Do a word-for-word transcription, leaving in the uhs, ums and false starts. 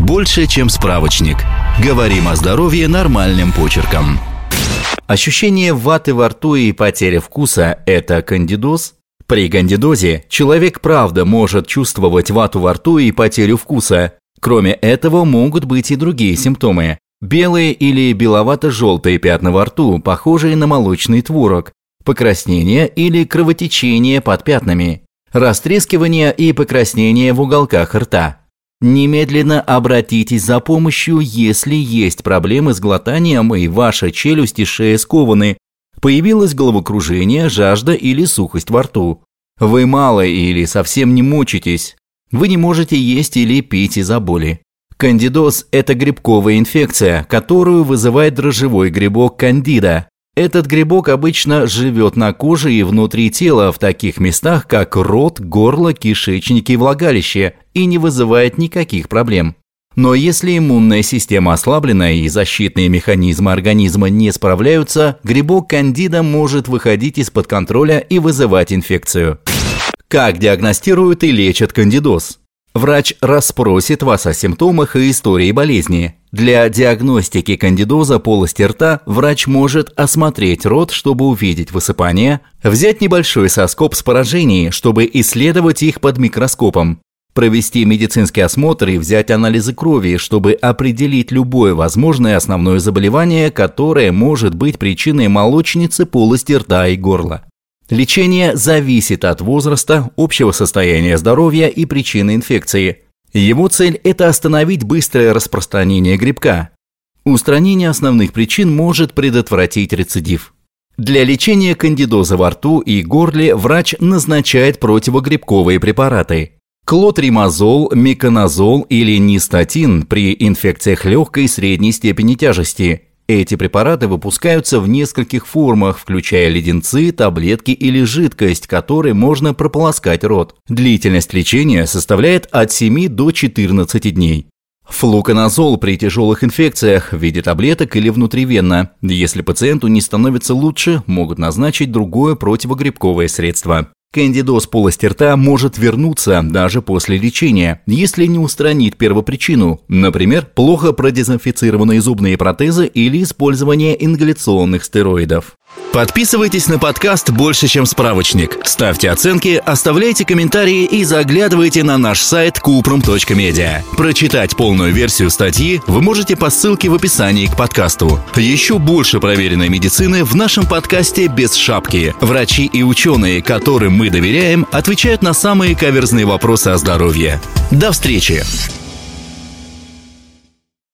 больше, чем справочник. Говорим о здоровье нормальным почерком. Ощущение ваты во рту и потеря вкуса – это кандидоз? При кандидозе человек правда может чувствовать вату во рту и потерю вкуса. Кроме этого, могут быть и другие симптомы. Белые или беловато-желтые пятна во рту, похожие на молочный творог, покраснение или кровотечение под пятнами, растрескивание и покраснение в уголках рта. Немедленно обратитесь за помощью, если есть проблемы с глотанием и ваша челюсть и шея скованы, появилось головокружение, жажда или сухость во рту. Вы мало или совсем не мочитесь. Вы не можете есть или пить из-за боли. Кандидоз – это грибковая инфекция, которую вызывает дрожжевой грибок кандида. Этот грибок обычно живет на коже и внутри тела в таких местах, как рот, горло, кишечник и влагалище, и не вызывает никаких проблем. Но если иммунная система ослаблена и защитные механизмы организма не справляются, грибок кандида может выходить из-под контроля и вызывать инфекцию. Как диагностируют и лечат кандидоз? Врач расспросит вас о симптомах и истории болезни. Для диагностики кандидоза полости рта врач может осмотреть рот, чтобы увидеть высыпания, взять небольшой соскоб с поражений, чтобы исследовать их под микроскопом, провести медицинский осмотр и взять анализы крови, чтобы определить любое возможное основное заболевание, которое может быть причиной молочницы полости рта и горла. Лечение зависит от возраста, общего состояния здоровья и причины инфекции. Его цель – это остановить быстрое распространение грибка. Устранение основных причин может предотвратить рецидив. Для лечения кандидоза во рту и горле врач назначает противогрибковые препараты. Клотримазол, меконазол или нистатин при инфекциях легкой и средней степени тяжести. Эти препараты выпускаются в нескольких формах, включая леденцы, таблетки или жидкость, которой можно прополоскать рот. Длительность лечения составляет от семи до четырнадцати дней. Флуконазол при тяжелых инфекциях в виде таблеток или внутривенно. Если пациенту не становится лучше, могут назначить другое противогрибковое средство. Кандидоз полости рта может вернуться даже после лечения, если не устранить первопричину, например, плохо продезинфицированные зубные протезы или использование ингаляционных стероидов. Подписывайтесь на подкаст «Больше, чем справочник». Ставьте оценки, оставляйте комментарии и заглядывайте на наш сайт купрум точка медиа. Прочитать полную версию статьи вы можете по ссылке в описании к подкасту. Еще больше проверенной медицины в нашем подкасте «Без шапки». Врачи и ученые, которым мы доверяем, отвечают на самые каверзные вопросы о здоровье. До встречи!